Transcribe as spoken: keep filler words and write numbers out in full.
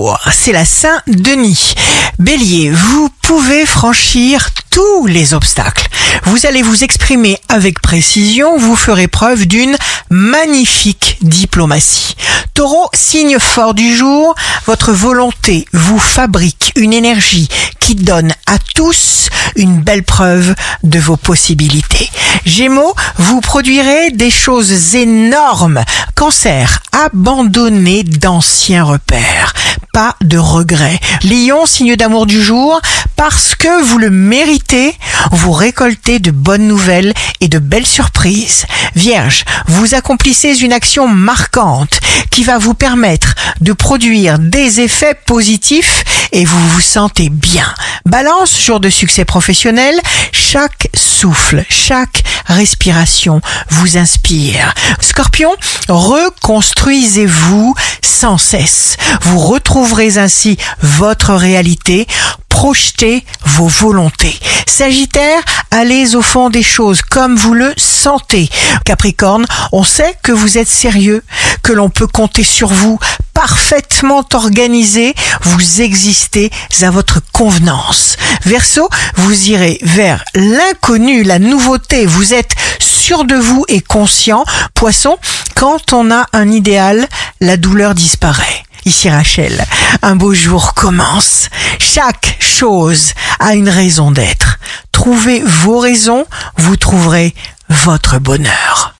jour, c'est la Saint-Denis. Bélier, vous pouvez franchir tous les obstacles. Vous allez vous exprimer avec précision, vous ferez preuve d'une magnifique diplomatie. Taureau, signe fort du jour, votre volonté vous fabrique une énergie qui donne à tous une belle preuve de vos possibilités. Gémeaux, vous produirez des choses énormes. Cancer, abandonnez d'anciens repères. Pas de regrets. Lion, signe d'amour du jour, parce que vous le méritez, vous récoltez de bonnes nouvelles et de belles surprises. Vierge, vous accomplissez une action marquante qui va vous permettre de produire des effets positifs et vous vous sentez bien. Balance, jour de succès professionnel, chaque souffle, chaque respiration vous inspire. Scorpion, reconstruisez-vous sans cesse. Vous retrouverez ainsi votre réalité. Projetez vos volontés. Sagittaire, allez au fond des choses comme vous le sentez. Capricorne, on sait que vous êtes sérieux, que l'on peut compter sur vous, parfaitement organisé, vous existez à votre convenance. Verseau, vous irez vers l'inconnu, la nouveauté, vous êtes sûr de vous et conscient. Poisson, quand on a un idéal, la douleur disparaît. Ici Rachel, un beau jour commence. Chaque chose a une raison d'être. Trouvez vos raisons, vous trouverez votre bonheur.